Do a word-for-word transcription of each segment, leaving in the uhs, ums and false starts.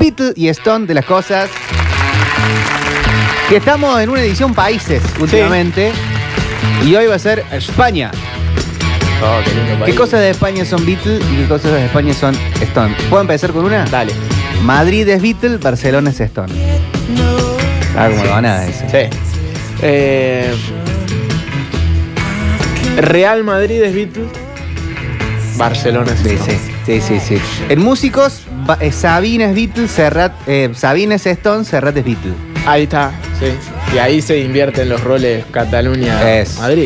Beatles y Stone de las cosas. Que estamos en una edición países últimamente. Sí. Y hoy va a ser España. Oh, qué lindo país. ¿Qué cosas de España son Beatles y qué cosas de España son Stone? ¿Puedo empezar con una? Dale. Madrid es Beatles, Barcelona es Stone. Ah, como lo van a decir. Sí. Eh, Real Madrid es Beatles, Barcelona es Sí, Stone. sí, sí, sí, sí. En músicos, ba- eh, Sabina es Beatles, Serrat, eh, Sabina es Stone, Serrat es Beatles. Ahí está, sí. Y ahí se invierten los roles Cataluña-Madrid.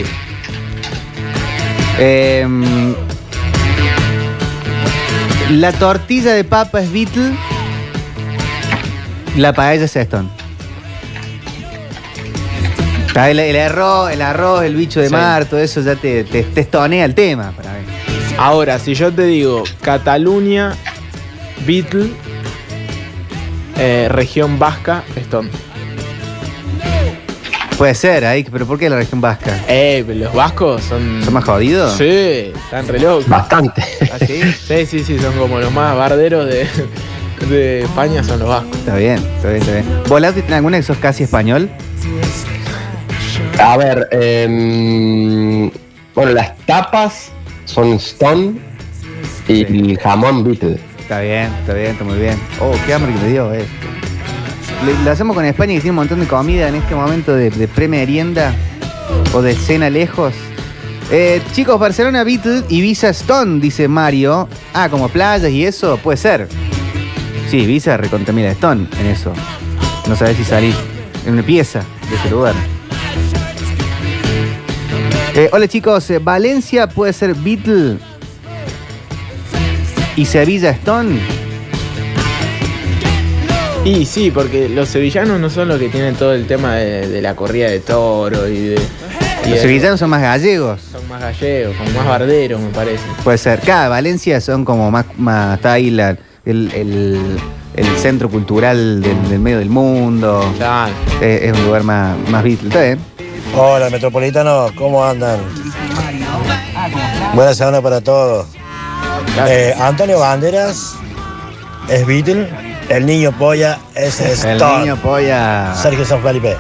Eh, la tortilla de papa es Beatles, la paella es Stone. Está El, el arroz, el arroz, el bicho de Sí. mar, todo eso ya te, te, te estonea el tema para mí. Ahora, si yo te digo Cataluña, Beatles, eh, región vasca, Stone. Puede ser ahí, pero ¿por qué la región vasca? Eh, los vascos son... ¿Son más jodidos? Sí, están re locos. Bastante. ¿Ah, sí? Sí, sí, sí, son como los más barderos de, de España, son los vascos. Está bien, está bien, está bien. ¿Vos, Lauti, tenés alguna que sos casi español? A ver, eh, bueno, las tapas son Stone y Sí. el jamón Beatles. Está bien, está bien, está muy bien. Oh, qué hambre que me dio esto. Le- Lo hacemos con España, que tiene un montón de comida en este momento de, de pre-merienda o de cena lejos. Eh, chicos, Barcelona Beatles, Ibiza Stone, dice Mario. Ah, como playas y eso, puede ser. Sí, Ibiza recontamina Stone en eso. No sabés si salir en una pieza de ese lugar. Eh, hola chicos, eh, Valencia puede ser Beatles y Sevilla Stone. Y sí, porque los sevillanos no son los que tienen todo el tema de, de la corrida de toro y de... y Los de- sevillanos son más gallegos. Son más gallegos, como más barderos, me parece. Puede ser. Cada Valencia son como más, más está ahí la- el, el- el centro cultural del, del medio del mundo. Claro. Es, es un lugar más, más Beatles. Está bien. Hola, metropolitanos, ¿cómo andan? Buena semana para todos. Eh, Antonio Banderas es Beatle, el niño polla es El Stone. niño polla. Sergio San Felipe.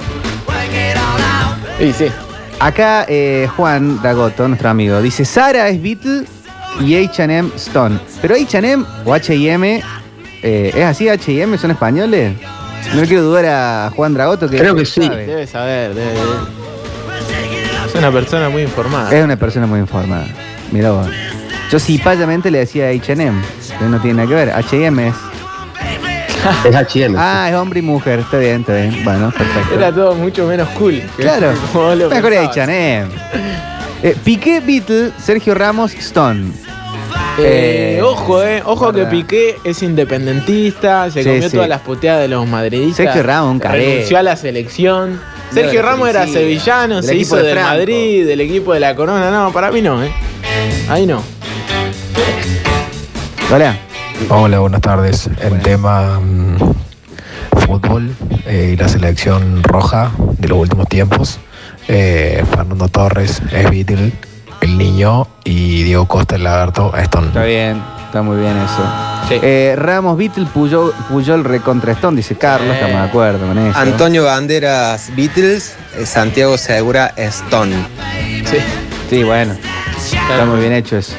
Y sí. Acá eh, Juan Dagoto, nuestro amigo, dice Sara es Beatle y H and M Stone. Pero H and M o H y M, eh, ¿es así? ¿H y M son españoles? No le quiero dudar a Juan Dragoto que Creo que sí. sabe. Debe saber, debe, debe. Es una persona muy informada. Es una persona muy informada. Mirá vos. Yo cipayamente le decía H and M, pero no tiene nada que ver. H y M es. Es H y M. Ah, es hombre y mujer. Está bien, está bien. Bueno, perfecto. Era todo mucho menos cool. que- Claro. como vos lo Mejor pensabas. H and M. Eh, Piqué, Beatle, Sergio Ramos, Stone. Eh, Eh, ojo, eh. Ojo que verdad. Piqué es independentista, se Sí, comió sí. todas las puteadas de los madridistas. Sergio Ramos, un caré. renunció a la selección. de Sergio la Ramos era policía, sevillano, del se equipo hizo de del Franco. Madrid, del equipo de la Corona. No, para mí no, eh. Ahí no. Hola. Hola, buenas tardes. En tema mm, fútbol eh, y la selección roja de los últimos tiempos, eh, Fernando Torres es Beatle, el niño, y Diego Costa, el lagarto, Stone. Está bien, está muy bien eso. Sí. Eh, Ramos, Beatle, Puyol, Puyol recontra Stone, dice Carlos, Eh. estamos de acuerdo con eso. Antonio Banderas, Beatles, eh, Santiago Segura, Stone. Sí. Sí, bueno, está muy bien hecho eso.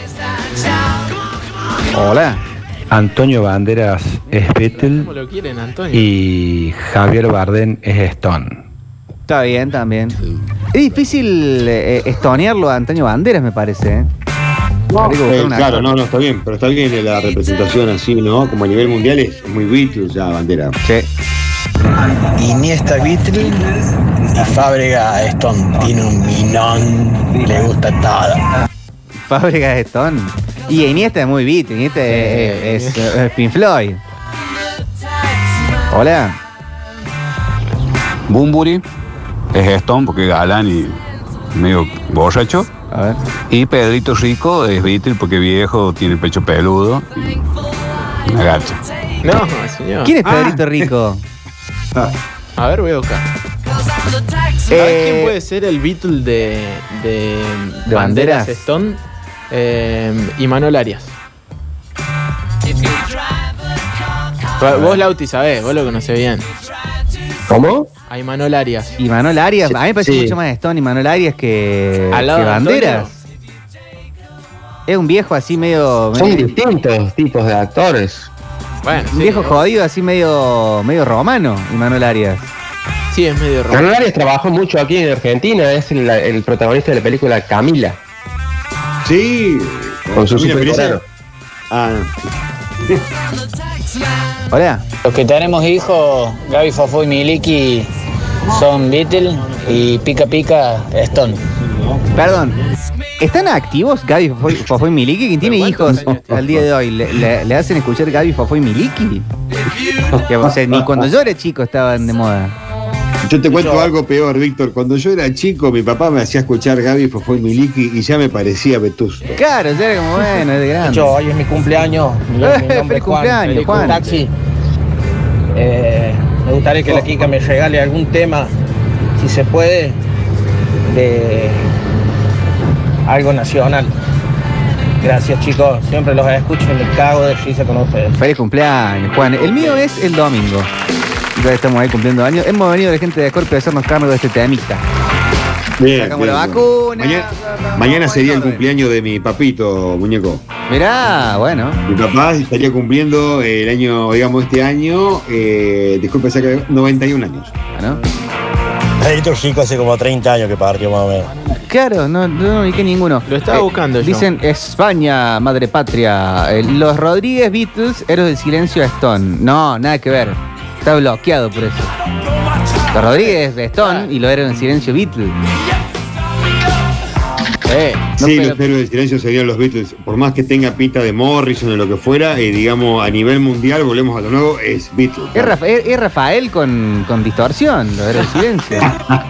Hola. Antonio Banderas es Beatle ¿Cómo lo quieren, Antonio? y Javier Bardem es Stone. Está bien, también. Es difícil eh, estonearlo a Antonio Banderas, me parece. ¿eh? No, Habría que buscar eh, una- claro, no, no, está bien, pero está bien la representación así, ¿no? Como a nivel mundial es muy Beatles ya, bandera. Sí. Iniesta Beatle y Fábrega Stone. Tiene un minón y le gusta todo. Fábrica de Stone. Y Iniesta es muy Beatle, Iniesta es, es, es, es Pink Floyd. Hola. Bunbury es Stone porque es galán y medio borracho. A ver. Y Pedrito Rico es Beatle porque viejo, tiene el pecho peludo y una gacha. No, señor. ¿Quién es Ah, Pedrito Rico? A ver, voy a buscar. ¿Sabes Eh, quién puede ser el Beatle de, de, ¿De Banderas? Stone? Eh, y Manuel Arias. Vos, Lauti, sabés, vos lo conocés bien. ¿Cómo? A Imanol Arias. Imanol Arias, a mí me parece Sí. mucho más Stone Imanol Arias que, Al lado que de Banderas. Antonio. Es un viejo así medio. Son medio- distintos tipos de actores. Bueno, un sí, viejo vos- jodido así medio, medio romano, Imanol Arias. Sí, es medio raro. Manuel Arias trabajó mucho aquí en Argentina, es el, el protagonista de la película Camila, Sí. con su Camila super Pereza. corano. Ah, Hola. Los que tenemos hijos, Gaby, Fofo y Miliki, son Beatles y Pica Pica Stone. Perdón. ¿Están activos Gaby, Fofo, Fofo y Miliki? ¿Quién tiene ¿Pero hijos cuántos años tiene? al día de hoy? ¿Le, le- le hacen escuchar Gaby, Fofo y Miliki? Que, o sea, ni cuando yo era chico estaban de moda. yo te cuento algo peor, Víctor. Cuando yo era chico, mi papá me hacía escuchar Gaby, Fofo y Miliki y ya me parecía vetusto. Claro, ya era como bueno, es de grande. Yo, hoy es mi cumpleaños. Mi, mi Eh, nombre feliz es Juan, cumpleaños, feliz Juan. Taxi. Eh, me gustaría que la Kika me regale algún tema, si se puede, de algo nacional. Gracias, chicos. Siempre los escucho y me cago de risa con ustedes. Feliz cumpleaños, Juan. El mío es el domingo. Ya estamos ahí cumpliendo años. Hemos venido la gente de Scorpio a hacernos cargo de este temita. Bien, Sacamos bien, la bien. vacuna. Mañana, mañana sería el cumpleaños de mi papito, muñeco. Mirá, bueno. Mi papá estaría cumpliendo el año, digamos, este año, eh, disculpe, saca noventa y un años. bueno. Edito Chico hace como treinta años que partió más o menos. Claro, no, no ubiqué ninguno. Lo estaba Eh, buscando yo. Dicen España, madre patria. Eh, Los Rodríguez Beatles, Héroes del Silencio Stone. No, nada que ver. Está bloqueado por eso. Los Rodríguez Stone y los Héroes del Silencio Beatles. Eh, No, sí, pero- los héroes del silencio serían los Beatles. Por más que tenga pinta de Morrison o lo que fuera, y digamos, a nivel mundial, volvemos a lo nuevo, es Beatles. Es, Rafa- es- es Rafael con, con distorsión, los Héroes del Silencio.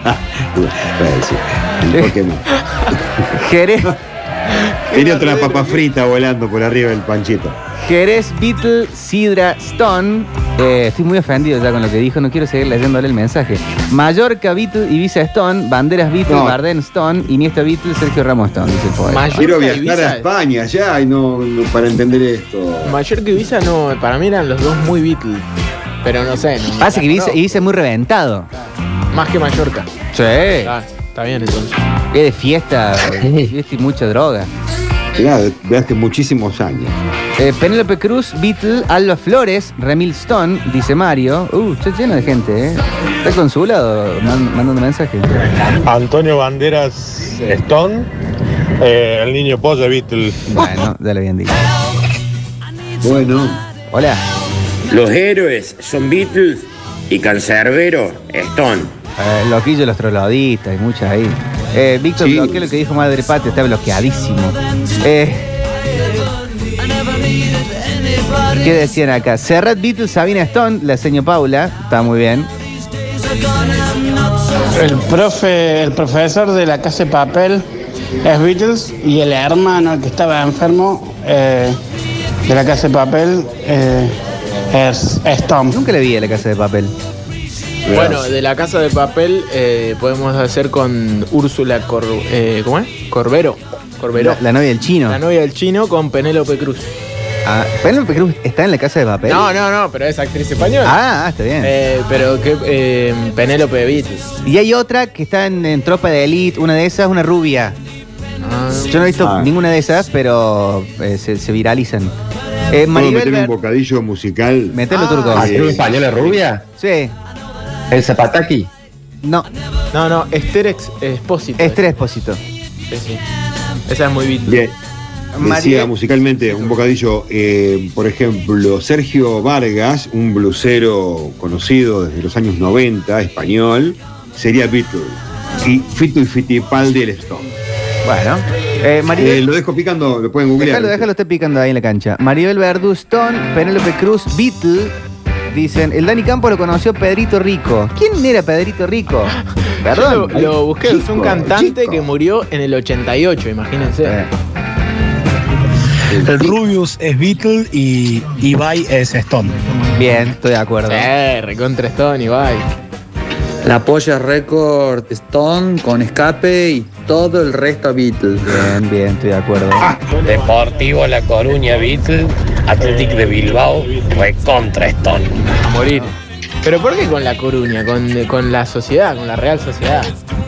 ¿Por qué no? Jerez, Tenía otra papa frita volando por arriba del panchito. Jerez Beatle, Sidra Stone. Eh, estoy muy ofendido ya con lo que dijo, no quiero seguir leyéndole el mensaje. Mallorca Beatle, Ibiza Stone, Banderas Beatle, No. Bardem Stone, Iniesta Beatle, Sergio Ramos Stone, dice el poeta. Mallorca, Quiero viajar Ibiza. a España ya y no, no- para entender esto. Mallorca y Ibiza no, para mí eran los dos muy Beatles. Pero no sé. No, Pasa que Ibiza, Ibiza es muy reventado. Más que Mallorca. Sí. Ah, está bien entonces. Es de fiesta, de fiesta y mucha droga. Claro, de hace muchísimos años. Eh, Penélope Cruz, Beatle, Alba Flores, Remil Stone, dice Mario. Uh, está lleno de gente, ¿eh? Está el consulado man- mandando mensajes. Antonio Banderas Stone, eh, el niño pollo Beatles. Bueno, ya lo habían dicho. Bueno, Hola. Los héroes son Beatles y Cancerbero Stone. Eh, Loquillo, los troglodistas, hay muchas ahí. Eh, Víctor, Sí. bloquea lo que dijo Madre Patria, está bloqueadísimo. Eh, ¿Qué decían acá? Serrat Beatles, Sabina Stone, la señor Paula, está muy bien. El profe, el profesor de la Casa de Papel es Beatles y el hermano que estaba enfermo eh, de la Casa de Papel eh, es Stone. Nunca le vi a la Casa de Papel. Bueno, de la Casa de Papel eh, podemos hacer con Úrsula Cor, eh, ¿cómo es? Corbero. Corbero. La, la novia del chino. La novia del chino con Penélope Cruz. Ah, ¿Penélope Cruz está en la Casa de Papel? No, no, no, pero es actriz española. Ah, ah, está bien. Eh, pero que eh, Penélope Beatles. Y hay otra que está en, en Tropa de Elite, una de esas, una rubia. Ah, Yo no he visto Ah. ninguna de esas, pero eh, se, se viralizan. Eh, ¿puedo Maribel meterme un Ver- bocadillo musical? Metelo, Ah, turco. sí. ¿Actriz española rubia? Sí. ¿El Zapataki? No, no, no, Esther Ex- Expósito. Esther Expósito. Sí, sí. Esa es muy Beatles. Bien. Decía Mariel- musicalmente un bocadillo, eh, por ejemplo, Sergio Vargas, un blusero conocido desde los años noventa, español, sería Beatles. Y Fito y Fitipaldi el Stone. Bueno. Eh, Maribel, Eh, lo dejo picando, lo pueden googlear. déjalo, déjalo, esté picando ahí en la cancha. Maribel Verdú Stone, Penélope Cruz, Beatle. Dicen, el Dani Campo lo conoció Pedrito Rico. ¿Quién era Pedrito Rico? Perdón. Yo lo, lo busqué, es un Chico, cantante chico. que murió en el ochenta y ocho, imagínense. Eh, El Rubius es Beatle y Ibai es Stone. bien, estoy de acuerdo. Eh, recontra Stone y bye. La Polla Record Stone con Escape y todo el resto Beatles. Bien, bien, estoy de acuerdo. Deportivo La Coruña Beatles Athletic de Bilbao, recontra Stone. A morir. ¿Pero por qué con La Coruña? Con, con la sociedad, con la Real Sociedad.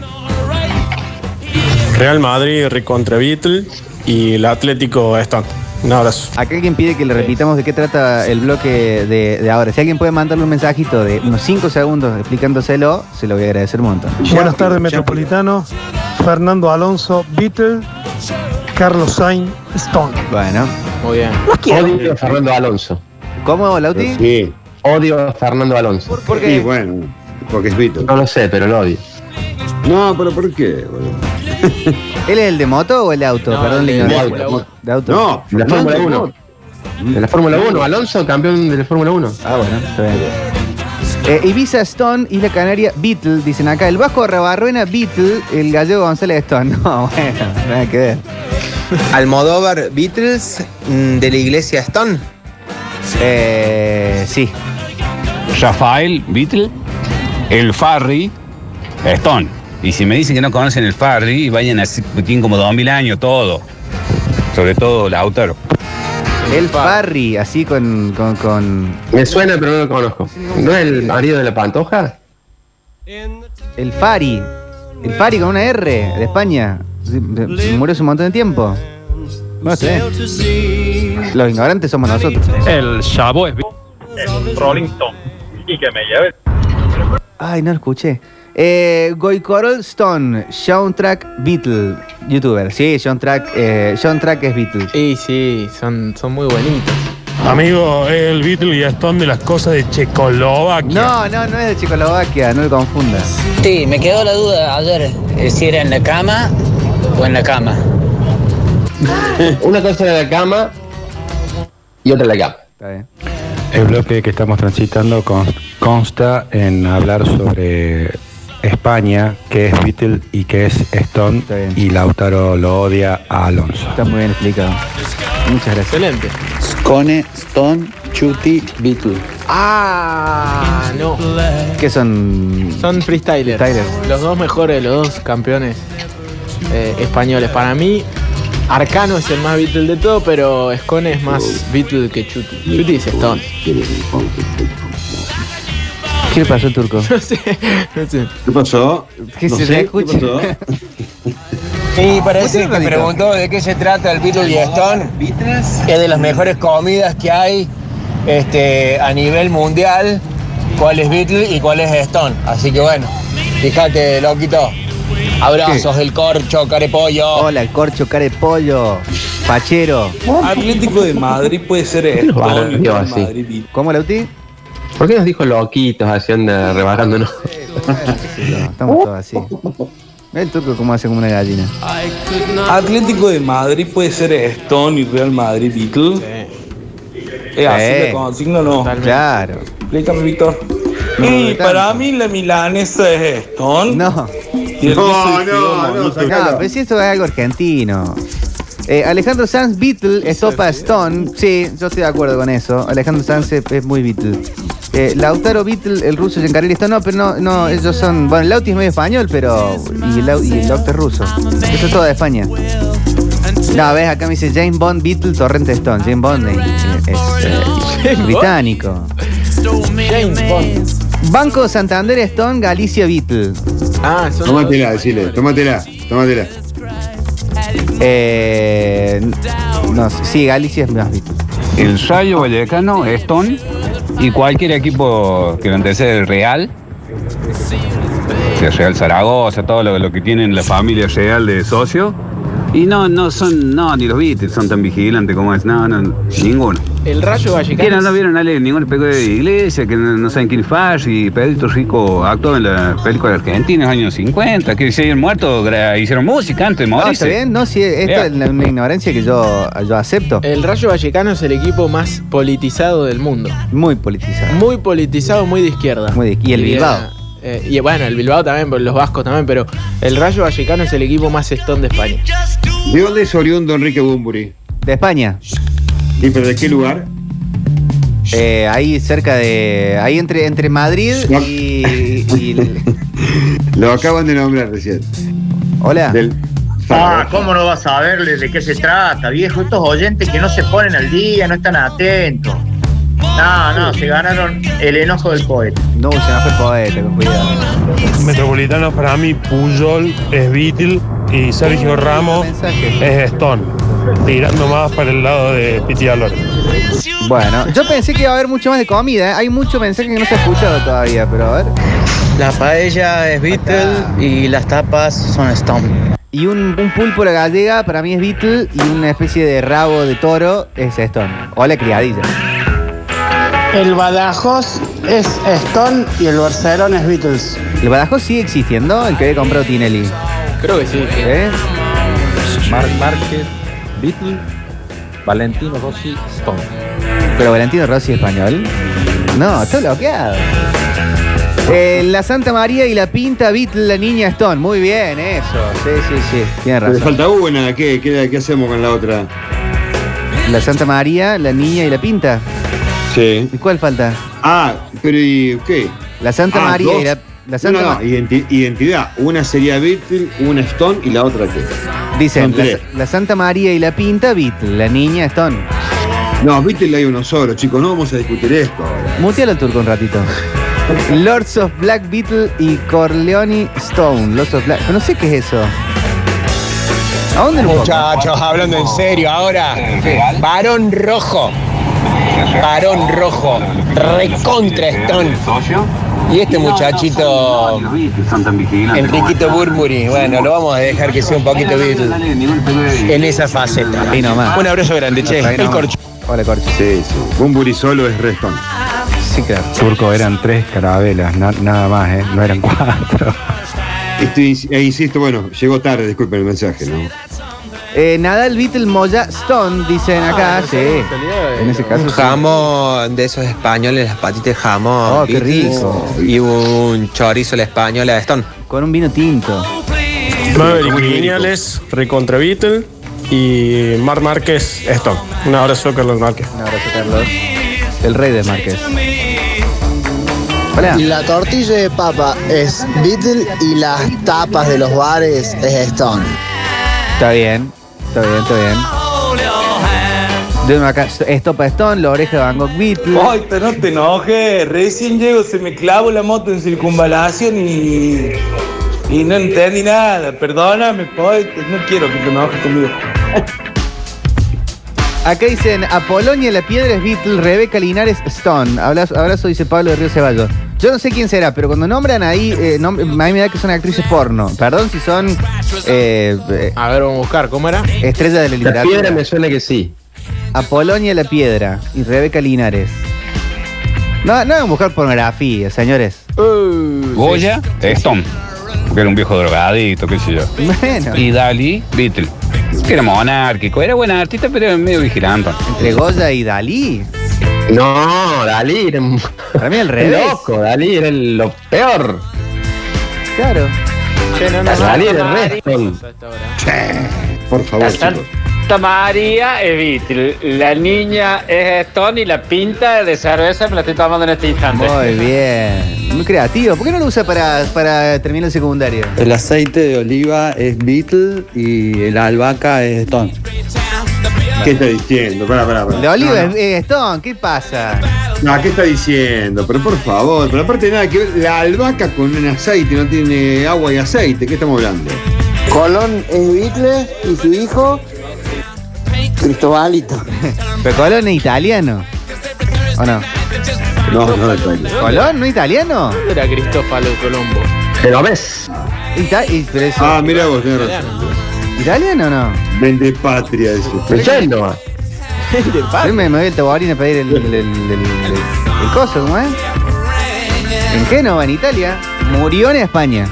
Real Madrid, recontra Beatles y el Atlético Stone. Un abrazo. Acá alguien pide que le repitamos de qué trata el bloque de, de ahora. Si alguien puede mandarle un mensajito de unos cinco segundos explicándoselo, se lo voy a agradecer un montón. Buenas tardes, Metropolitano. Fernando Alonso, Beatles. Carlos Sainz, Stone. Bueno. Muy bien. Odio a Fernando Alonso. ¿Cómo, Lauti? Sí. Odio a Fernando Alonso. ¿Por qué? Sí, bueno, porque es Beatles. No lo sé, pero lo odio. No, pero ¿por qué, boludo? ¿Él es el de moto o el de auto? No, Perdón, de, la de ignorancia. Fórmula uno. De auto. No, De la Fórmula uno. De la Fórmula uno. Alonso, campeón de la Fórmula uno. Ah, bueno, está bien. Eh, Ibiza Stone, Isla Canaria Beatle, dicen acá. El Vasco Rabarruena Beatle, el gallego González Stone. No, bueno, nada que ver. Almodóvar, Beatles, mm, de la iglesia Stone. Eh, sí. Rafael Beatle, el Farri, Stone. Y si me dicen que no conocen el Farri, vayan así, tienen como dos mil años todo. Sobre todo Lautaro. El Farri, así con, con, con... Me suena, pero no lo conozco. ¿No es el marido de la Pantoja? El Fari. El Fari con una R, de España. Sí, se murió hace un montón de tiempo. No sé. Los ignorantes somos nosotros. El Chavo es el Rolling Stone. Y que me lleve. Ay, no lo escuché. Eh, Goicorol Stone, Soundtrack Beatle, youtuber. Sí, Soundtrack, eh, Soundtrack es Beatle. Sí, sí, son, son muy bonitos. Amigo, es el Beatles y Stone de las cosas de Checoslovaquia. No, no, no es de Checoslovaquia, no lo confundas. Sí, me quedó la duda ayer, eh, si era en la cama o en la cama. Una cosa en la cama y otra en la cama. Está bien. El bloque que estamos transitando con- consta en hablar sobre España, que es Beatle y que es Stone, Está bien. y Lautaro lo odia a Alonso. Está muy bien explicado. Muchas gracias. Excelente. Scone, Stone, Chuti, Beatle. Ah, no. ¿Qué son? Son freestylers. Freestylers. Los dos mejores, los dos campeones eh, españoles. Para mí, Arcano es el más Beatle de todo, pero Scone es más Beatle que Chuti. Chuti es Stone. ¿Qué le pasó al turco? No sé, no sé. ¿Qué pasó? ¿Qué No se sé, le escucha? ¿qué pasó? Sí, parece Escucha un que ratito. preguntó de qué se trata el Beatles y Stone. Es de las mejores comidas que hay este, a nivel mundial. ¿Cuál es Beatles y cuál es Stone? Así que bueno, fíjate, loquito. Abrazos, el corcho, carepollo. Hola, el corcho, cara de pollo. Pachero. Atlético de Madrid puede ser Los Stone, barrios Real así. Madrid, Beatles. ¿Cómo, Lauti? ¿Por qué nos dijo loquitos así anda rebajándonos? Estamos todos así. Ve el turco cómo hace como una gallina. Atlético de Madrid puede ser Stone y Real Madrid Beatles. ¿Es así Sí. la consigna o no? Claro. Explícame, Víctor. No, y no para tanto. mí la milanesa es Stone. No. Y el No, queso de no, fideo, no, monito. sacalo. No, pero si esto es algo argentino. Eh, Alejandro Sanz, Beatle, Estopa Stone. Sí, yo estoy de acuerdo con eso. Alejandro Sanz es, es muy Beatle. Eh, Lautaro Beatle, el ruso Giancarelli Stone. No, pero no, no, ellos son. Bueno, el Lauti es medio español, pero. Y el, Lau- y el Lauti es ruso. Esto es todo de España. No, ves, acá me dice James Bond, Beatle, Torrente Stone. James Bond eh, es eh, James británico. James Bond. Banco Santander Stone, Galicia Beatle. Ah, son Tómatela, decile, tómatela, tómatela. Eh, no, sí, Galicia es más Beatle. El Rayo Vallecano, Stone, y cualquier equipo que lo antecede el Real, el Real Zaragoza, todo lo, lo que tienen la familia real de socios. Y no, no son, no, ni los Beatles son tan vigilantes como es, no, no, ninguno. El Rayo ¿Quién Vallecano. no vieron a ningún película de iglesia, que no, no saben quién es Farri, y Pedrito Rico actuó en la película argentina en los años cincuenta, que se hayan muerto, gra- hicieron música antes de No, morirse. está bien, no, sí, esta Bien. es una ignorancia que yo, yo acepto. El Rayo Vallecano es el equipo más politizado del mundo. Muy politizado. Muy politizado, muy de izquierda. Muy de- y el Bilbao. eh, y bueno, el Bilbao también, los vascos también, pero el Rayo Vallecano es el equipo más Stone de España. ¿De dónde es oriundo Enrique Bunbury? De España. ¿Y pero de qué lugar? Eh, ahí cerca de. Ahí entre, entre Madrid No. y. y el- Lo acaban de nombrar recién. Hola. Del Ah, ¿cómo no vas a ver de qué se trata, viejo? Estos oyentes que no se ponen al día, no están atentos. No, no, se ganaron el enojo del poeta. No, se enojó el poeta, con cuidado. Metropolitano para mí, Puyol es Beatle y Sergio Ramos es Stone. Tirando más para el lado de Piti Álvarez. Bueno, yo pensé que iba a haber mucho más de comida, ¿eh? Hay mucho mensaje que no se ha escuchado todavía, pero a ver. La paella es Beatle y las tapas son Stone. Y un, un pulpo a la gallega para mí es Beatle y una especie de rabo de toro es Stone. O la criadilla. El Badajoz es Stone y el Barcelona es Beatles. ¿El Badajoz sigue existiendo? El que había comprado Tinelli. Creo que sí. ¿Eh? Marc Márquez, Beatle, Valentino Rossi, Stone. ¿Pero Valentino Rossi español? No, está bloqueado. Eh, la Santa María y la Pinta, Beatle, la niña Stone. Muy bien, eso. Sí, sí, sí. Tiene razón. Le falta una. ¿Qué, qué, qué hacemos con la otra? La Santa María, la niña y la Pinta. Sí. ¿Y cuál falta? Ah, pero ¿y qué? La Santa ah, María dos. y la, la Santa No, no, Ma- identi- identidad. Una sería Beatle, una Stone y la otra qué. Dicen, Son la, tres. la Santa María y la Pinta, Beatle, la niña Stone. No, Beatle hay uno solo, chicos. No vamos a discutir esto ahora. Mutealo al turco un ratito. Lords of Black Beatle y Corleone Stone. Lords of Black. No sé qué es eso. ¿A dónde lo pongo? Muchachos, hablando en serio ahora. Varón rojo. Varón rojo. Recontra Stone. Y este muchachito, Enriquito Burbury, bueno, lo vamos a dejar que sea un poquito Beatle en esa faceta. Ahí nomás. Un abrazo grande, che. Ahí El nomás. corcho. Hola, Corcho. Sí, sí. Bumburi solo es Stone. Sí, claro. Turco, eran tres carabelas, na- nada más, ¿eh? No eran cuatro. Estoy, eh, insisto, bueno, llegó tarde, disculpen el mensaje, ¿no? Eh, Nadal, Beatle, Moya, Stone, dicen acá. Ah, sí. En ese caso. Un sí. jamón de esos españoles, las patitas de jamón. Oh, qué Beatles, rico. Y un chorizo la española de Stone. Con un vino tinto. Maverick Viñales, recontra Beatle y Marc Márquez Stone. Un abrazo, Carlos Márquez. Un abrazo, Carlos. El rey de Márquez. Hola. La tortilla de papa es Beatle y las tapas de los bares es Stone. Está bien. Está bien, está bien. De uno acá, Estopa Stone, la oreja de Van Gogh, Beatle. Ay, pero no te enojes. Recién llego, se me clavó la moto en circunvalación y. Y no entendí nada. Perdóname, poeta. No quiero que te enojes conmigo. Acá dicen, Apolonia la Piedra es Beatle, Rebeca Linares Stone. Abrazo, abrazo, dice Pablo de Río Ceballos. Yo no sé quién será, pero cuando nombran ahí, eh, nom- a mí me da que son actrices porno. Perdón si son eh, eh, A ver, vamos a buscar, ¿cómo era? estrellas de la La literatura. piedra me suena que sí. Apolonia la Piedra y Rebeca Linares. No, no van a buscar pornografía, señores. Goya, Stone. Porque era un viejo drogadito, qué sé yo. Bueno, Y Dalí, Beatle. Era monárquico, era buena artista, pero era medio vigilante. entre Goya y Dalí. No, Dalí era un- Para mí al revés. loco, Dalí era el- lo peor. Claro. Che, no, no, no, Dalí no, era no, el no, resto. no, hasta ahora. Por favor, La chicos. Santa María es Beatle, la niña es Stone y la pinta de cerveza me la estoy tomando en este instante. Muy bien. Muy creativo. ¿Por qué no lo usa para, para terminar el secundario? El aceite de oliva es Beatle y el albahaca es Stone. ¿Qué está diciendo? Pará, pará, pará. De oliva No, no. es eh, Stone, ¿qué pasa? No, ¿qué está diciendo? Pero por favor, pero aparte de nada que ver, la albahaca con un aceite, no tiene agua y aceite, ¿qué estamos hablando? Colón es Beatle y su hijo Cristobalito. ¿Pero Colón es italiano? ¿O no? No, no, no. ¿Colón no es italiano? ¿Dónde era Cristófalo Colombo? ¿Lo ves? Ita- y- pero eso- Ah, mira vos, tenés razón. ¿Italiano o no? Vende patria eso. Leyendo. Yo me, me voy al Taborín a pedir el, el, el, el- el- el coso, ¿cómo es? En Génova, en Italia. Murió en España.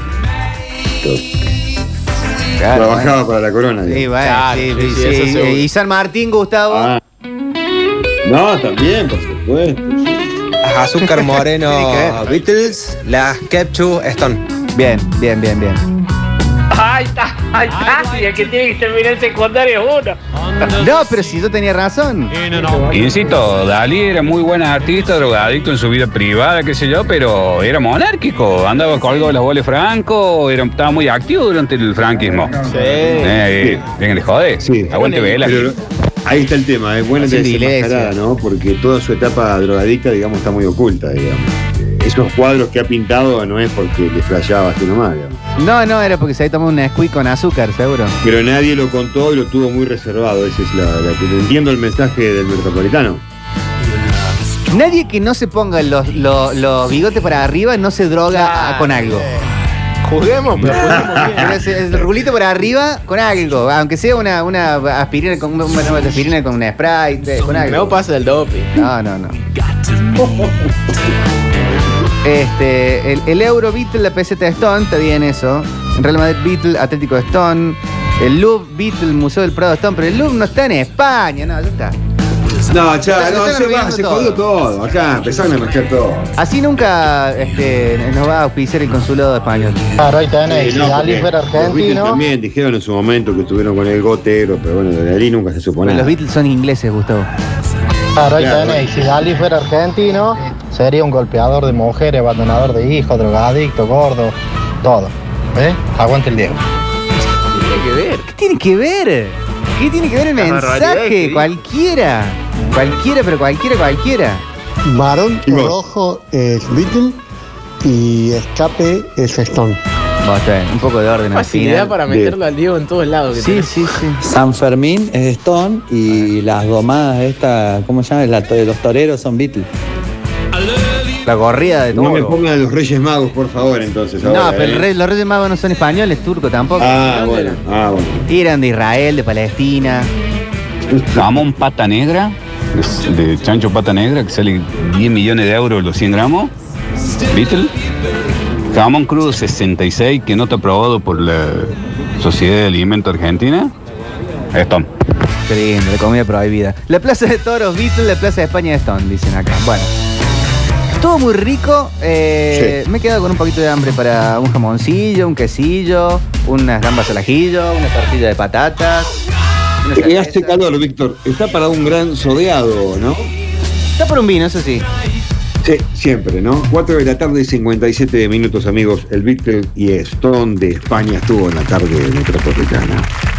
Claro, Trabajaba bueno. para la corona. Sí, digamos. bueno, Claro, sí, sí, sí, sí, eso sí. seguro. Y San Martín, Gustavo. Ah. No, también, por supuesto. Azúcar Tiene moreno, que ver. Beatles, las Ketchup, Stone. Bien, bien, bien, bien. Ahí está, ahí está. Y el que tiene que terminar el secundario es uno. No, pero si yo tenía razón. Insisto, Dalí era muy buen artista, drogadicto en su vida privada, qué sé yo, pero era monárquico. Andaba colgado de las bolas Franco, era, estaba muy activo durante el franquismo. Sí. Eh, sí. Venga, le jode. Sí. Aguante vela. Pero ahí está el tema, es buena desenmascarada, ¿no? Porque toda su etapa drogadicta, digamos, está muy oculta, digamos. Esos cuadros que ha pintado no es porque le flasheaba así nomás, digamos. No, no, era porque se había tomado un Nesquik con azúcar, seguro. Pero nadie lo contó y lo tuvo muy reservado. Ese es la, la que entiendo el mensaje del Metropolitano. Nadie que no se ponga los, los, los bigotes para arriba no se droga con algo. Juguemos, pero juguemos bien. Pero es el rulito para arriba con algo, aunque sea una, una aspirina con una aspirina con una Sprite, con algo. No pasa el doping. No, no, no. Este, el, el Euro Beatle, la peseta Stone, está bien eso. Real Madrid Beatle, Atlético Stone. El Louvre Beatle, Museo del Prado Stone. Pero el Louvre no está en España, no, ya está. No, chaval, no, se va, se jodió todo. Acá empezaron a mezclar todo. Así nunca este, nos va a auspiciar el consulado español. Claro, ahí tenés. Sí, no, Dalí porque fuera los Beatles argentino. también dijeron en su momento que estuvieron con el gotero, pero bueno, de Dalí nunca se supo Pero nada. los Beatles son ingleses, Gustavo. Claro, ahí Claro. tenés. Si Dalí fuera argentino, sería un golpeador de mujeres, abandonador de hijos, drogadicto, gordo, todo. ¿Eh? Aguante el Diego. Tiene que ver. ¿Qué tiene que ver? ¿Qué tiene que ver el La barbaridad mensaje? que- Cualquiera. Cualquiera, pero cualquiera, cualquiera. Varón ¿Y vos? rojo es Beatle y escape es Stone. Bueno, está bien, un poco de orden al Facilidad final. para meterlo al Diego en todos lados. Que Sí, tenés. sí, sí. San Fermín es Stone y las domadas estas, ¿cómo se llama? La to- los toreros son Beatles. La corrida de todo. No me pongan los Reyes Magos, por favor, entonces. No, ahora, pero el ¿eh? rey- los Reyes Magos no son españoles, turcos tampoco. Ah, bueno, ah, bueno. Eran de Israel, de Palestina. Jamón pata negra, de, de chancho pata negra, que sale diez millones de euros los cien gramos. Beatle. Jamón crudo sesenta y seis, que no está aprobado por la Sociedad de Alimentos Argentina. Stone. Qué lindo, la comida prohibida. La Plaza de Toros, Beatles, la Plaza de España, Stone, dicen acá. Bueno. Todo muy rico. Eh, Sí. Me he quedado con un poquito de hambre para un jamoncillo, un quesillo, unas gambas al ajillo, una tortilla de patatas. una Y cerveza. hace calor, Víctor. Está para un gran sodeado, ¿no? Está por un vino, eso sí. Sí, siempre, ¿no? cuatro de la tarde y cincuenta y siete minutos, amigos. El Beatle y Stone de España estuvo en la tarde metropolitana.